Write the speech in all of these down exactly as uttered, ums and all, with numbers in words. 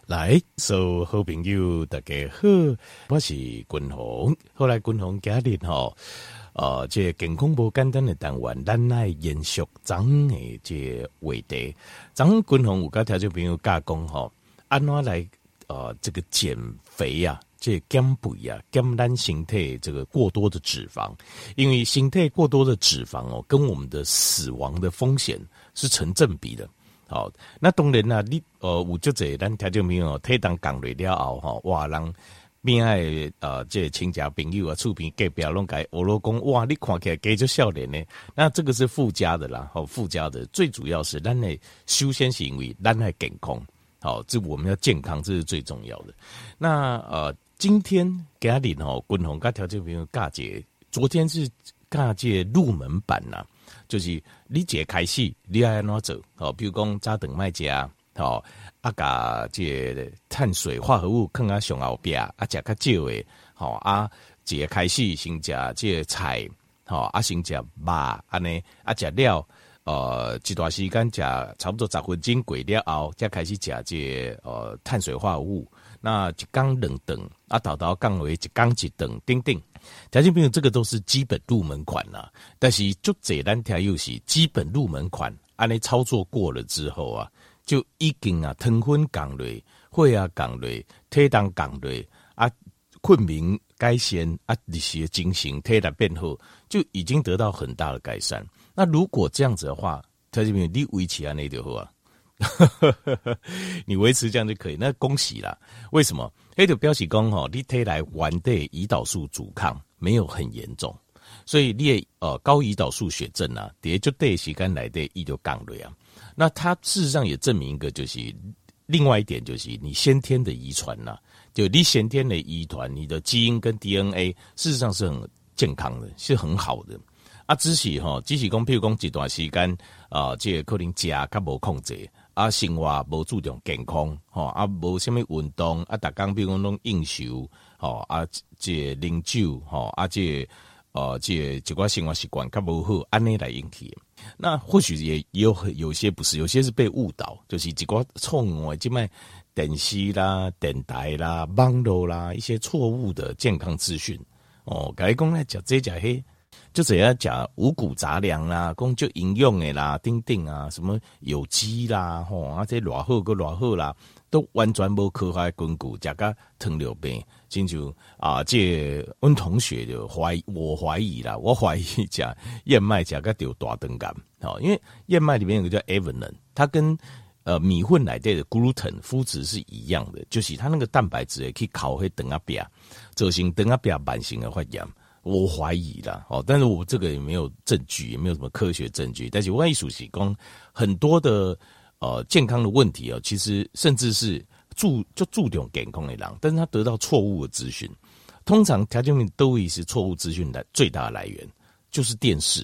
来，所有好朋友大家好，我是君鸿。后来君鸿今日吼，呃，这健康无简单的单元，咱来延续昨的这话题。昨君鸿有甲听众朋友教讲吼，安怎来呃这个减肥啊，这减肥啊，减咱身体这个过多的脂肪，因为身体过多的脂肪哦，跟我们的死亡的风险是成正比的。好，那当然啦，你呃有足侪咱听众朋友体重降落了后吼，哇，人边爱呃这亲戚朋友啊、厝边隔壁拢甲我老公哇，你看起来加就少年呢。那这个是附加的啦，好附加的，最主要是咱的首先是因为咱的健康，好，这我们要健康，这是最重要的。那呃，今天今日吼，君鸿甲听众朋友教解，昨天是教解入门版呐、啊。就是你一开始你要安怎做？哦，比如讲早顿卖食，哦，啊，甲这碳水化合物放啊上后壁，啊，食较少的，吼、哦、啊，一个开始先食这菜，吼、哦、啊，先食肉，安尼啊，食了，呃，一段时间食差不多十分钟过了后，才开始食这呃碳水化合物。那一天两顿，啊，豆豆降为一天一顿，等等。条件朋友，这个都是基本入门款啦。但是就这单条又是基本入门款，按你操作过了之后啊，就已经啊，糖分降落，血压降落，体重降落，啊，困眠改善，啊，这些精神体力变好，就已经得到很大的改善。那如果这样子的话，条件朋友，你维持安内就好啊。你维持这样就可以，那恭喜啦！为什么？那就表示讲吼，你体内原的胰岛素阻抗没有很严重，所以你的呃高胰岛素血症啊，第就对时间来的伊就降了啊。那它事实上也证明一个，就是另外一点，就是你先天的遗传呐，就你先天的遗传，你的基因跟 D N A 事实上是很健康的，是很好的。啊，只是吼，只是讲，譬如讲一段时间啊，这个可能食较无控制。啊，生活无注重健康，吼啊，无什么运动，啊，逐工比如讲拢应酬，吼啊，这啉酒，吼啊，这呃这一寡生活习惯较无好，安尼来引起。那或许也也有有些不是，有些是被误导，就是一寡错误的，即卖电视啦、电台啦、网络啦一些错误的健康资讯，哦，甲你讲来食这食迄。就只要讲五谷杂粮啦，讲就营养的啦，丁丁啊，什么有机啦，吼啊，这偌好个偌好啦，都完全无科学根据，加个糖尿病，亲像啊，这阮同学就怀疑，我怀疑啦，我怀疑讲燕麦加个有大肠癌，好，因为燕麦里面有个叫 Avenin， 它跟呃米混奶类的 gluten 麸质是一样的，就是它那个蛋白质可以烤黑肠仔饼，造成肠仔饼慢性的发炎。我怀疑啦，哦，但是我这个也没有证据，也没有什么科学证据。但是我艺术是讲很多的呃健康的问题啊，其实甚至是注就注重健康的人，但是他得到错误的资讯。通常条件面都会是错误资讯的最大的来源，就是电视，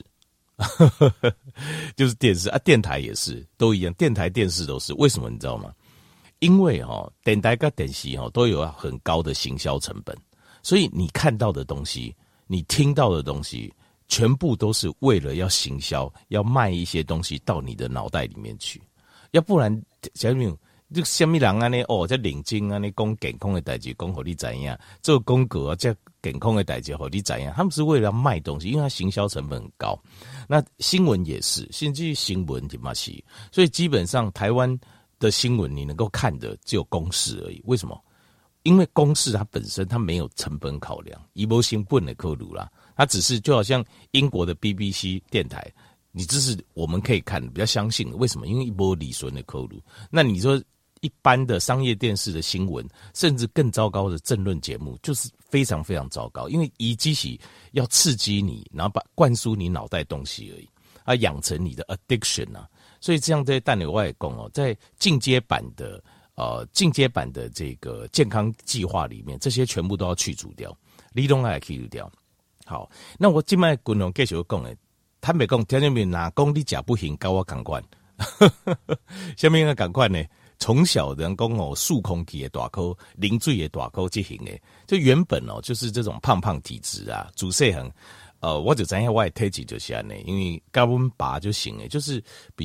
就是电视啊，电台也是都一样，电台、电视都是。为什么你知道吗？因为哈，电台跟电视哈都有很高的行销成本，所以你看到的东西。你听到的东西全部都是为了要行销，要卖一些东西到你的脑袋里面去，要不然小朋友这什么人啊呢？哦，这领巾啊，你讲健康的代志，讲给你怎样？做广告啊，这健康的代志给你怎样？他们是为了要卖东西，因为它行销成本很高。那新闻也是，甚至新闻也嘛是，所以基本上台湾的新闻你能够看的只有公视而已。为什么？因为公视它本身它没有成本考量，一波新本的扣入啦，它只是就好像英国的 B B C 电台，你这是我们可以看比较相信的。为什么？因为一波理顺的扣入。那你说一般的商业电视的新闻，甚至更糟糕的政论节目，就是非常非常糟糕，因为一激起要刺激你，然后把灌输你脑袋东西而已，啊，养成你的 addiction 啊。所以这样在淡流外供哦，在进阶版的。呃，进阶版的这个健康计划里面，这些全部都要去除掉，理论还去除掉。好，那我今麦滚龙继续讲诶，坦白讲，条件面哪讲你食不行，跟我同款，下面个同款呢？从小人讲哦，数空气的大口，零水的大口这型诶，就原本哦就是这种胖胖体质啊，主细很。呃，我就知影我的体质就是安尼，因为跟阮爸就行诶，就是比较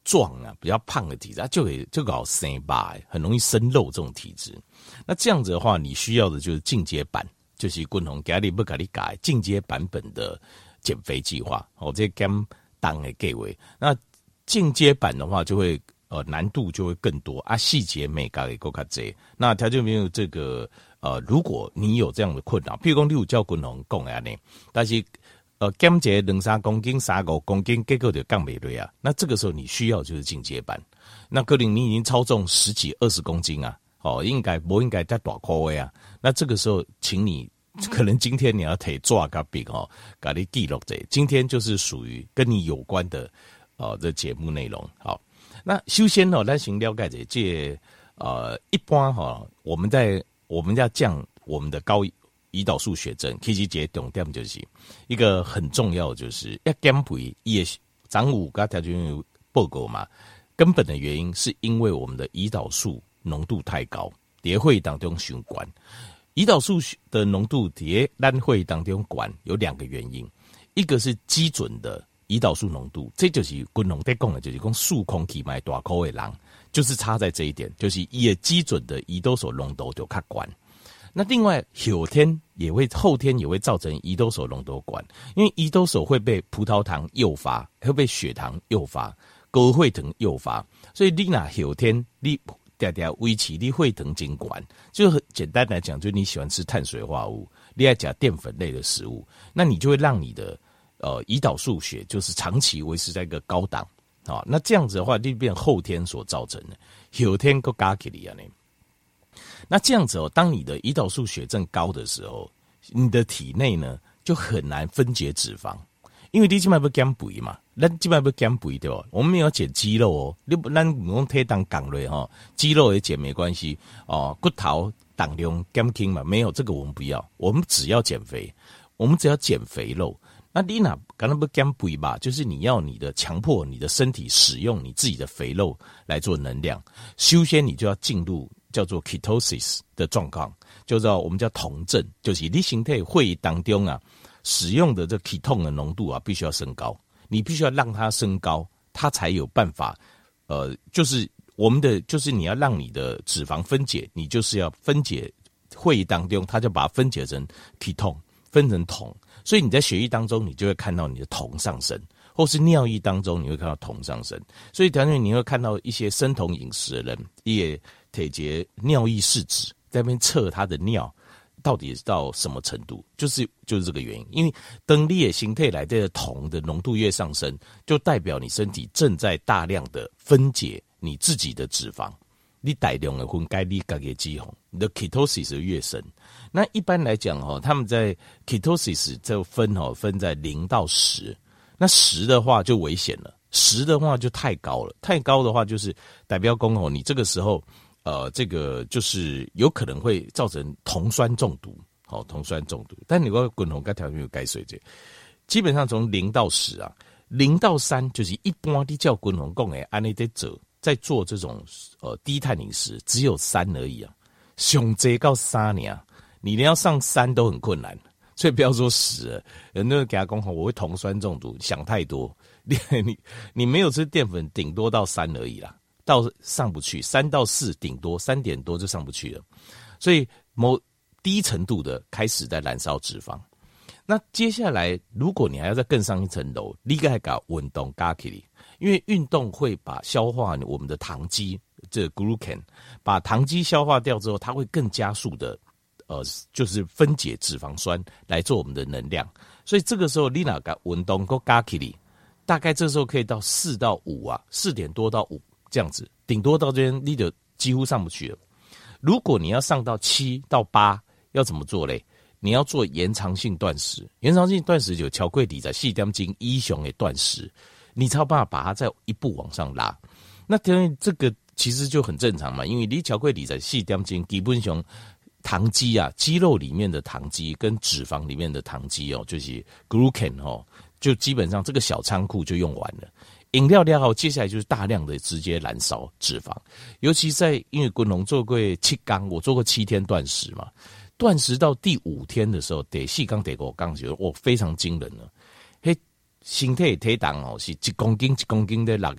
壮啊、比较胖的体质，它就会就搞生疤，很容易生肉这种体质。那这样子的话，你需要的就是进阶版，就是滚红给你不给你改进阶版本的减肥计划。哦，这减当的计划，那进阶版的话就会呃难度就会更多啊，细节美感也够卡多。那他就没有这个呃，如果你有这样的困扰，譬如讲你有叫滚红讲安尼，但是呃减节两三公斤、三五公斤，结果就降没对啊。那这个时候你需要就是进阶版。那可能你已经超重十几、二十公斤啊，哦，应该不应该在大块位啊？那这个时候，请你可能今天你要提抓个笔哦，给你记录这，今天就是属于跟你有关的呃的节目内容。好，那首先哦，咱先了解这这呃，一般哈、哦，我们在我们要降我们的高胰岛素血症，其实一个重点就是一个很重要的，就是要减肥，也长五个条件有报告嘛。根本的原因是因为我们的胰岛素浓度太高，在血当中循环。胰岛素的浓度在咱血当中管有两个原因，一个是基准的胰岛素浓度，这就是滚龙在讲的，就是讲数空气脉大口的人，就是差在这一点，就是也基准的胰岛素浓度就较管。那另外后天也会后天也会造成胰岛素浓度管，因为胰岛素会被葡萄糖诱发，会被血糖诱发。高血糖诱发，所以你那后天你常常维持你血糖真管，就很简单来讲，就是你喜欢吃碳水化合物，你爱吃淀粉类的食物，那你就会让你的呃胰岛素血就是长期维持在一个高档啊、哦。那这样子的话，就变后天所造成的，后天ก็加起来呢。那这样子哦，当你的胰岛素血症高的时候，你的体内呢就很难分解脂肪。因为你基本上要减肥嘛，咱基本上要减肥对吧？我们没有减肌肉哦，你不咱不用体当讲类哈，肌肉也减没关系哦，骨头当量减轻嘛，没有这个我们不要，我们只要减肥，我们只要减肥肉。那你哪刚刚不减肥吧？就是你要你的强迫你的身体使用你自己的肥肉来做能量，首先你就要进入叫做 ketosis 的状况，就叫我们叫酮症，就是你身体会议当中啊。使用的这 ketone 的浓度啊，必须要升高，你必须要让它升高，它才有办法。呃，就是我们的，就是你要让你的脂肪分解，你就是要分解会议当中，它就把它分解成 ketone， 分成酮，所以你在血液当中，你就会看到你的酮上升，或是尿液当中，你会看到酮上升。所以当然你会看到一些生酮饮食的人，也体节尿液试纸在那边测他的尿。到底到什么程度？就是就是这个原因，因为当你的形态来的酮的浓度越上升，就代表你身体正在大量的分解你自己的脂肪，你大量的分解你自己的脂肪，你的 ketosis 越深。那一般来讲哦，他们在 ketosis 就分哦分在零到十，那十的话就危险了，十的话就太高了，太高的话就是代表讲哦，你这个时候。呃，这个就是有可能会造成酮酸中毒，好、哦，酮酸中毒。但你说滚红跟条件有改水这，基本上从零到十啊，零到三就是一般的叫滚红讲诶，安内在做在做这种呃低碳饮食，只有三而已啊，上最到三年，你连要上三都很困难，所以不要说十了，人都给他讲好，我会酮酸中毒，想太多，你你你没有吃淀粉，顶多到三而已啦。到上不去，三到四顶多三点多就上不去了，所以某低程度的开始在燃烧脂肪。那接下来，如果你还要再更上一层楼，你该搞运动加起来，因为运动会把消化我们的糖基，这 glucan 把糖基消化掉之后，它会更加速的，呃，就是分解脂肪酸来做我们的能量。所以这个时候，你哪搞运动够加起来，大概这时候可以到四到五啊，四点多到五。这样子，顶多到这边你就几乎上不去了。如果你要上到七到八，要怎么做嘞？你要做延长性断食，延长性断食就巧克力在细点精一雄的断食，你才有办法把它再一步往上拉。那当然这个其实就很正常嘛，因为你巧克力在细点精基本上糖基啊，肌肉里面的糖基跟脂肪里面的糖基哦，就是 glucan 哦，就基本上这个小仓库就用完了。饮料料后，接下来就是大量的直接燃烧脂肪，尤其在因为滚龙做过七缸，我做过七天断食嘛，断食到第五天的时候，得四缸得五缸，觉得我非常惊人了。嘿，身体体重哦是一公斤一公斤的落个，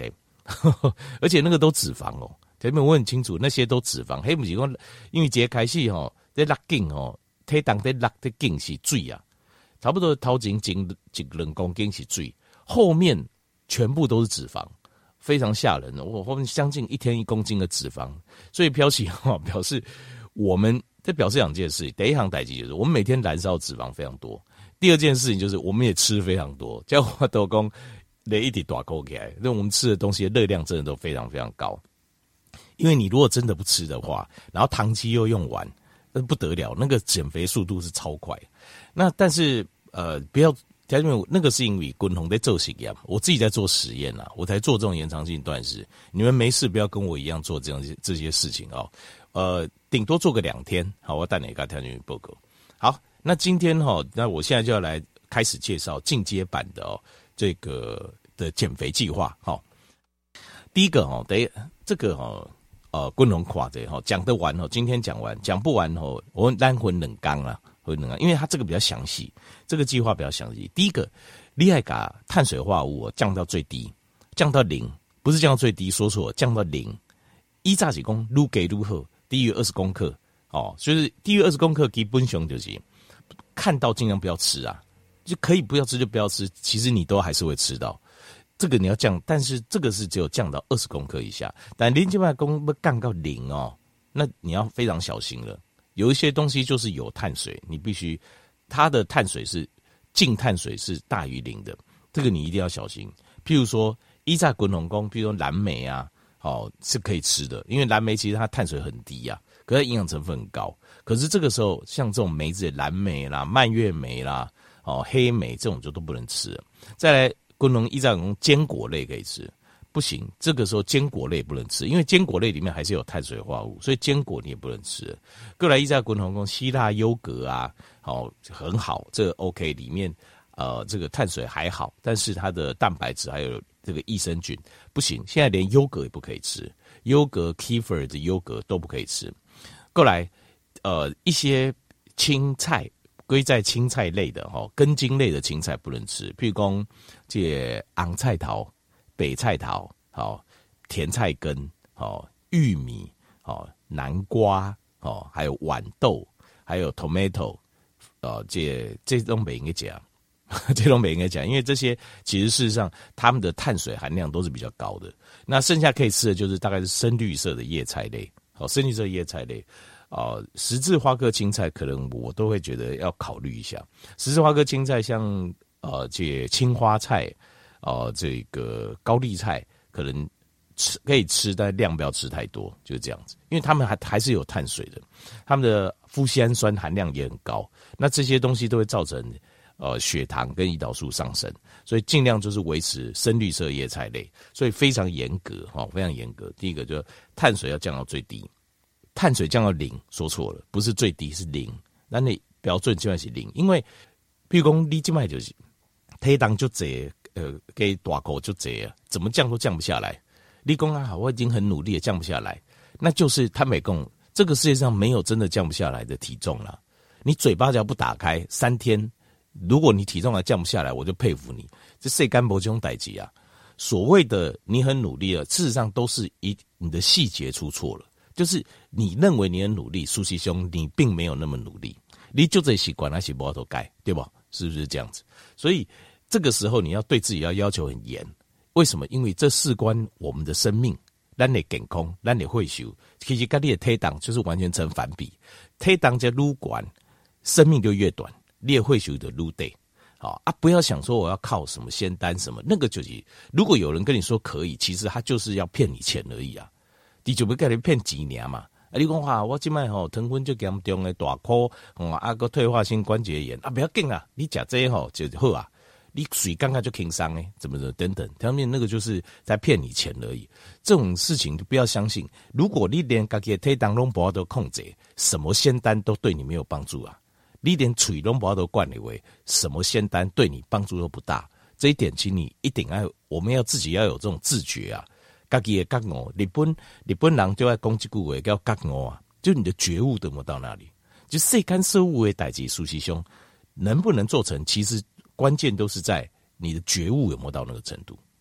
而且那个都脂肪哦。前面我很清楚，那些都脂肪。黑不是讲，因为节开始吼，在拉筋哦，体重在拉的筋是水啊，差不多头前前一两公斤是水，后面全部都是脂肪。非常吓人，我后面将近一天一公斤的脂肪，所以飘起哈表示我们这表示两件事，第一行代志就是我们每天燃烧脂肪非常多，第二件事情就是我们也吃非常多，叫我都讲连一滴大口起来，那我们吃的东西的热量真的都非常非常高，因为你如果真的不吃的话，然后糖基又用完，那不得了，那个减肥速度是超快。那但是呃不要。因为那个是因为滚红在做实验，我自己在做实验啦，我才做这种延长性断食。你们没事不要跟我一样做这样这些事情哦。呃，顶多做个两天，好，我带你给条件报告。好，那今天哈、哦，那我现在就要来开始介绍进阶版的哦，这个的减肥计划。好、哦，第一个哦，得这个哦，呃，滚红垮的哈，讲得完哦，今天讲完，讲不完哦，我单魂冷刚啦。因为它这个比较详细，这个计划比较详细。第一个，你要把碳水化合物降到最低，降到零，不是降到最低，说错了，降到零。依炸几公，撸给撸后，低于二十公克，哦，就是低于二十公克，基本上就是看到尽量不要吃啊，就可以不要吃就不要吃，其实你都还是会吃到。这个你要降，但是这个是只有降到二十公克以下，但零千万公降到零哦，那你要非常小心了。有一些东西就是有碳水，你必须它的碳水是净碳水是大于零的，这个你一定要小心。譬如说依在滚筒工，譬如说蓝莓啊，哦是可以吃的，因为蓝莓其实它碳水很低啊，可是营养成分很高。可是这个时候像这种梅子蓝莓啦、蔓越莓啦、哦黑莓这种就都不能吃了。再来滚筒依在工坚果类可以吃。不行，这个时候坚果类不能吃，因为坚果类里面还是有碳水化合物，所以坚果你也不能吃。过来一在滚筒工希腊优格啊，好、哦、很好，这个 OK 里面呃这个碳水还好，但是它的蛋白质还有这个益生菌不行，现在连优格也不可以吃，优格 Kefir 的优格都不可以吃。过来呃一些青菜归在青菜类的哈、哦，根茎类的青菜不能吃，譬如讲这红菜头。北菜桃，好，甜菜根，好，玉米，好，南瓜，好，还有豌豆，还有 tomato， 呃，这这种不应该讲，这种不应该讲，因为这些其实事实上它们的碳水含量都是比较高的。那剩下可以吃的就是大概是深绿色的叶菜类，好，深绿色的叶菜类，啊、呃，十字花科青菜可能我都会觉得要考虑一下。十字花科青菜像呃这青花菜。哦、呃，这个高丽菜可能吃可以吃，但量不要吃太多，就是这样子。因为他们还还是有碳水的，他们的麩酰氨酸含量也很高，那这些东西都会造成呃血糖跟胰岛素上升，所以尽量就是维持深绿色叶菜类，所以非常严格哈、哦，非常严格。第一个就是碳水要降到最低，碳水降到零，说错了，不是最低是零，那你标准基本是零，因为譬如讲你现在就是体重就这。呃，给大口就这样，怎么降都降不下来。你说啊，我已经很努力也降不下来，那就是坦白讲，这个世界上没有真的降不下来的体重啦。你嘴巴只要不打开，三天，如果你体重还降不下来，我就佩服你。这谁干不这种代志啊？所谓的你很努力了，事实上都是一你的细节出错了，就是你认为你很努力，苏西兄你并没有那么努力，你就这习惯那是无法度改，对吧？是不是这样子？所以。这个时候你要对自己要要求很严，为什么？因为这事关我们的生命，咱的健康，咱的会修，其实跟你的体重就是完全成反比，体重加撸管，生命就越短，你的会修的撸对，好啊，不要想说我要靠什么仙丹什么，那个就是，如果有人跟你说可以，其实他就是要骗你钱而已啊，你就不给你骗几年嘛。啊！你讲话，我即摆吼糖分就严重的大箍，哦啊个退化性关节炎啊，不要紧啊，你食这吼就好啊。你水刚刚就轻伤哎，怎么的等等，他们那个就是在骗你钱而已。这种事情就不要相信。如果你连自己的体重都不都控制，什么仙丹都对你没有帮助啊！你连嘴都不都灌你为，什么仙丹对你帮助都不大。这一点，请你一定要，我们要自己要有这种自觉啊！自己的觉悟，日本日本人就爱讲这句话叫觉悟啊，就你的觉悟都没到那里。就世间事物的代志，苏西兄能不能做成，其实。关键都是在你的觉悟有没有到那个程度，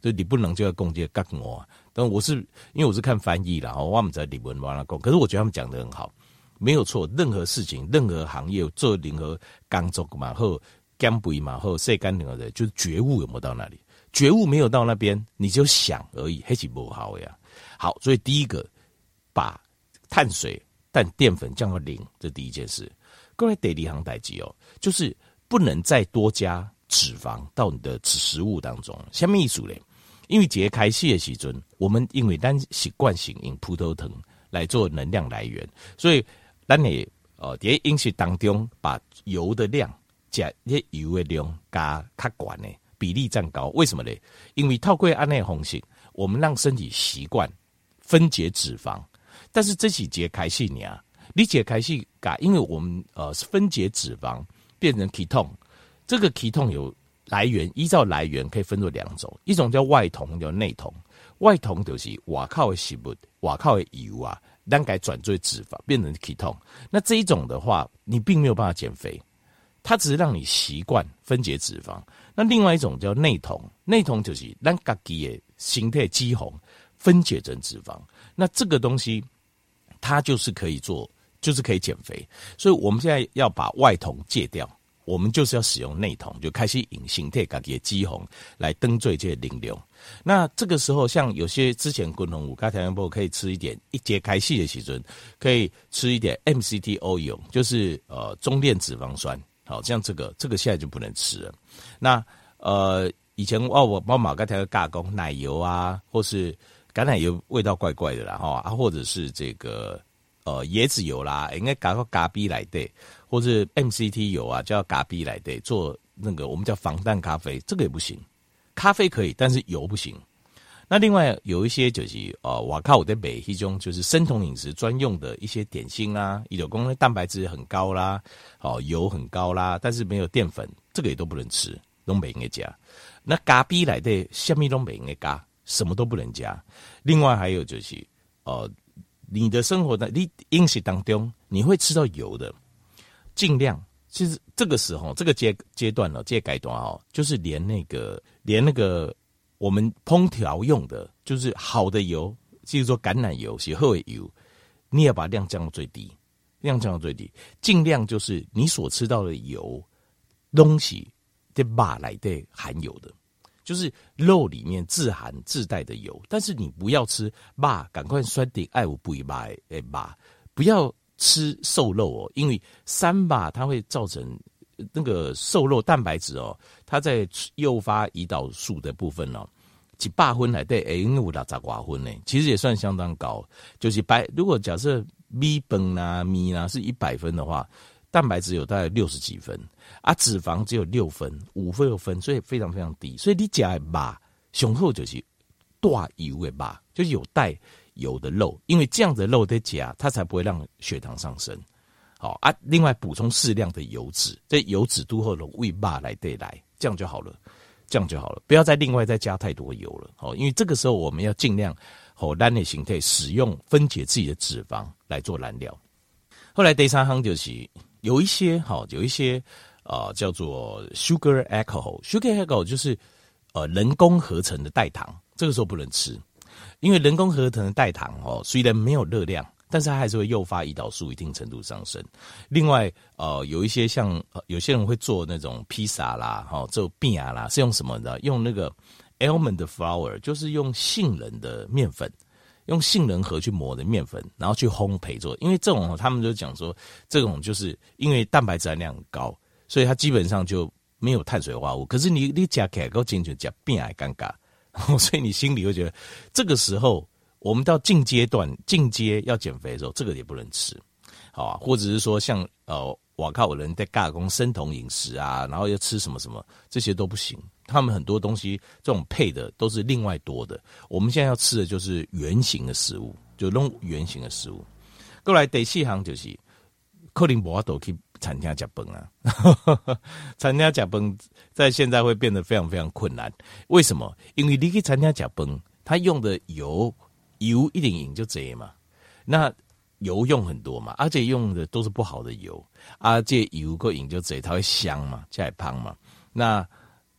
就你不能就要攻击各国啊。但我是因为我是看翻译啦，我们在里文完了讲，可是我觉得他们讲得很好，没有错。任何事情、任何行业做任何工作嘛，或干杯嘛，或晒干任何的，就是觉悟有没有到那里？觉悟没有到那边，你就想而已，还是不好呀。好，所以第一个把碳水、但淀粉降到零，这第一件事。各位第二行代志哦，就是不能再多加脂肪到你的食物当中。什么意思嘞？因为节开始的时阵，我们因为咱习惯性用葡萄糖来做能量来源，所以咱也呃在饮食当中把油的量加这油的量加较高呢，比例占高。为什么呢？因为透过安内方式，我们让身体习惯分解脂肪，但是这是节开始呢，你节开始改，因为我们呃分解脂肪变成 ketone， 这个 ketone 有来源，依照来源可以分作两种，一种叫外酮，叫内酮。外酮就是外口的食物，外口的油啊，咱改转做脂肪，变成 ketone。那这一种的话，你并没有办法减肥，它只是让你习惯分解脂肪。那另外一种叫内酮，内酮就是咱自己的身体脂肪分解成脂肪。那这个东西，它就是可以做，就是可以减肥。所以我们现在要把外酮戒掉。我们就是要使用内酮，就开始用身体自己的脂肪来登最这些能量。那这个时候，像有些之前滚红五，刚才波可以吃一点，一节开戏的时阵，可以吃一点 M C T O 油，就是呃中链脂肪酸。好，像这个这个现在就不能吃了。那呃以前哦我妈妈刚才加工奶油啊，或是橄榄油味道怪怪的啦哈啊，或者是这个呃椰子油啦，应该加个咖啡来对。或是 M C T 油啊，叫咖啡来的做那个我们叫防弹咖啡，这个也不行。咖啡可以，但是油不行。那另外有一些就是呃，我靠我在买一种就是生酮饮食专用的一些点心啦，一九公蛋白质很高啦，哦油很高啦，但是没有淀粉，这个也都不能吃，都不应该加。那咖啡来的下面都不应该加，什么都不能加。另外还有就是呃，你的生活的你饮食当中你会吃到油的。尽量，其实这个时候，这个阶阶段呢，这阶段哦，就是连那个连那个我们烹调用的，就是好的油，比如说橄榄油、是好的油，你也把量降到最低，量降到最低，尽量就是你所吃到的油东西，这肉来的含有的，就是肉里面自含自带的油，但是你不要吃肉，赶快酸顶爱无不一肉的肉，不要。吃瘦肉哦，因为三吧它会造成那个瘦肉蛋白质哦，它在诱发胰岛素的部分哦，几百分来对，哎，五到十多分呢，其实也算相当高。就是白，如果假设米粉啊米啊是一百分的话，蛋白质有大概六十几分啊，脂肪只有六分、五分六分，所以非常非常低。所以你吃的肉，上好就是大油的肉，就是有带。油的肉，因为这样的肉在加，它才不会让血糖上升。好啊，另外补充适量的油脂，这油脂都后的喂肉来对来，这样就好了，这样就好了，不要再另外再加太多油了。好，因为这个时候我们要尽量好咱的形态使用分解自己的脂肪来做燃料。后来第三行就是有一些好，有一些呃叫做 sugar alcohol，sugar alcohol 就是呃人工合成的代糖，这个时候不能吃。因为人工合成的代糖哦，虽然没有热量，但是它还是会诱发胰岛素一定程度上升。另外，呃，有一些像、呃、有些人会做那种披萨啦，哈、哦，做饼啊啦，是用什么的？用那个 almond flour， 就是用杏仁的面粉，用杏仁核去磨的面粉，然后去烘焙做。因为这种他们就讲说，这种就是因为蛋白质含量很高，所以它基本上就没有碳水化合物。可是你你吃起来够进去吃饼还尴尬。所以你心里会觉得，这个时候我们到进阶段、进阶要减肥的时候，这个也不能吃，好啊，或者是说像呃，我靠，有人在尬工生酮饮食啊，然后要吃什么什么，这些都不行。他们很多东西这种配的都是另外多的。我们现在要吃的就是原型的食物，就弄原型的食物。过来第四行就是可能无法度去餐厅吃饭啊，餐厅吃饭在现在会变得非常非常困难。为什么？因为你去餐厅吃饭，他用的油油一定用就这嘛，那油用很多嘛，而且用的都是不好的油，而且油个用就这，它会香嘛，才会胖嘛。那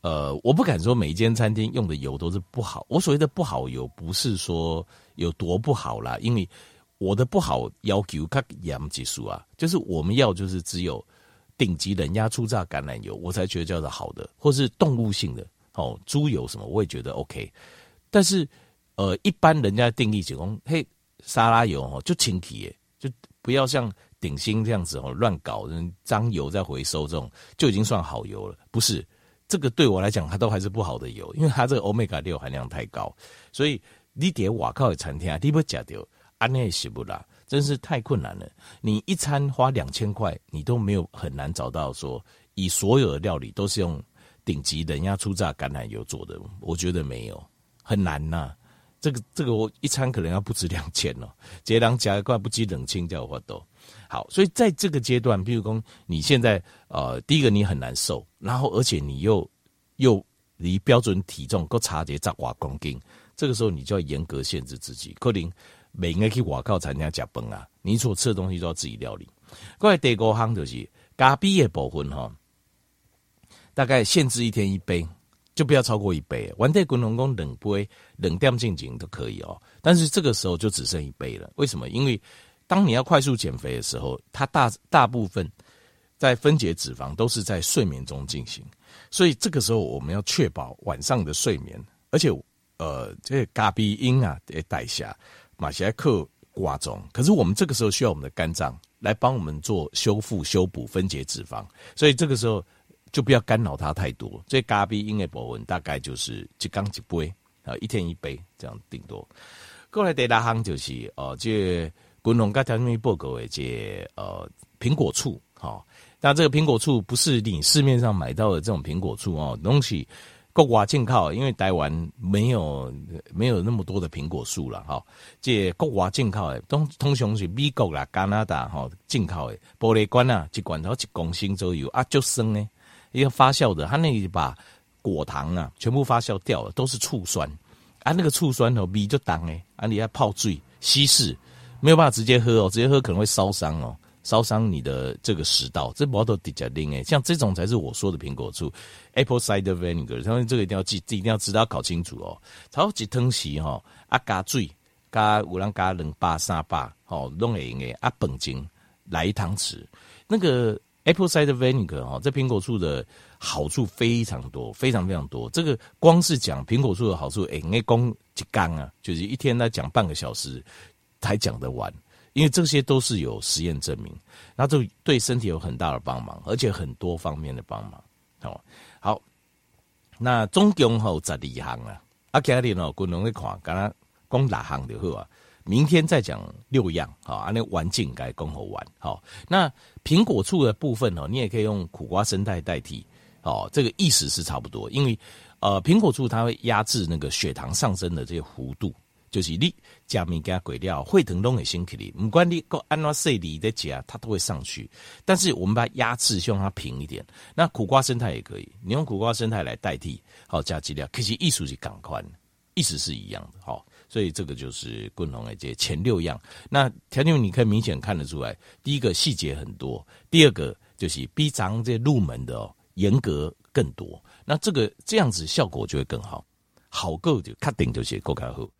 呃，我不敢说每一间餐厅用的油都是不好。我所谓的不好油，不是说有多不好啦，因为我的不好要求较严技术啊，就是我们要就是只有顶级冷压初榨橄榄油，我才觉得叫做好的，或是动物性的哦，猪油什么我也觉得 OK。但是呃，一般人家的定义只讲，嘿，沙拉油哦就清气耶，就不要像鼎新这样子哦乱搞，脏油再回收，这种就已经算好油了。不是，这个对我来讲，它都还是不好的油，因为它这个 Omega 六含量太高。所以你在外口的餐厅，你要吃到安内食不啦，真是太困难了。你一餐花两千块，你都没有很难找到说，以所有的料理都是用顶级冷压初榨橄榄油做的，我觉得没有很难呐、啊。这个这个我一餐可能要不止两千哦，这人加一块不积冷清叫我都好，所以在这个阶段，譬如说你现在呃，第一个你很难受，然后而且你又又离标准体重够差节十外公斤，这个时候你就要严格限制自己，可能每应该去外口餐厅吃饭啊，你所吃的东西都要自己料理。过来第五项就是咖啡的部分哈，大概限制一天一杯。就不要超过一杯，原地滚龙宫冷杯、冷掉进行都可以哦。但是这个时候就只剩一杯了，为什么？因为当你要快速减肥的时候，它大大部分在分解脂肪都是在睡眠中进行，所以这个时候我们要确保晚上的睡眠，而且呃，这个咖啡因啊的代谢马西莱克瓜中，可是我们这个时候需要我们的肝脏来帮我们做修复、修补、分解脂肪，所以这个时候。就不要干扰它太多，这咖啡因的部分大概就是一缸一杯啊，一天一杯这样顶多。过来第六项就是呃，这滚龙跟调味报告的这呃苹果醋，好、哦，那这个苹果醋不是你市面上买到的这种苹果醋哦，东西国外进口，因为台湾没有没有那么多的苹果树了哈、哦，这国外进口的通通常是美国啦、加拿大哈、哦、进口的玻璃罐啊，一罐头一公升左右啊，就酸呢。一个发酵的，它那里把果糖啊全部发酵掉了，都是醋酸啊，那个醋酸哦，味就淡哎，啊，你要泡水稀释，没有办法直接喝哦，直接喝可能会烧伤哦，烧伤你的这个食道，这不都底下拎哎，像这种才是我说的苹果醋 ，apple cider vinegar， 他们这个一定要记，一定要知道搞清楚哦。炒一汤匙哈，啊加水，加有人加两百三百，哦，弄会用的啊，本斤来一汤匙，那个。Apple cider vinegar 哈，这苹果醋的好处非常多，非常非常多。这个光是讲苹果醋的好处，哎、欸，应该光一缸啊，就是一天来讲半个小时才讲得完，因为这些都是有实验证明，那这对身体有很大的帮忙，而且很多方面的帮忙。好，好，那总共有十二项啊，啊，今日哦，观众在看，刚刚讲六项就好啊。明天再讲六样，好，啊，那玩劲该共好玩，好。那苹果醋的部分哦，你也可以用苦瓜生态代替，哦，这个意思是差不多，因为呃，苹果醋它会压制那个血糖上升的这些弧度，就是你加物件鬼料会疼都会升起来，不管你够按照设理在加，它都会上去。但是我们把它压制，希望它平一点。那苦瓜生态也可以，你用苦瓜生态来代替，好加剂量，可是艺术是赶快，意思是一样的，好。所以这个就是共同的这前六样。那条件你可以明显看得出来，第一个细节很多，第二个就是比咱这入门的哦严格更多。那这个这样子效果就会更好，好够就确定就是够较好。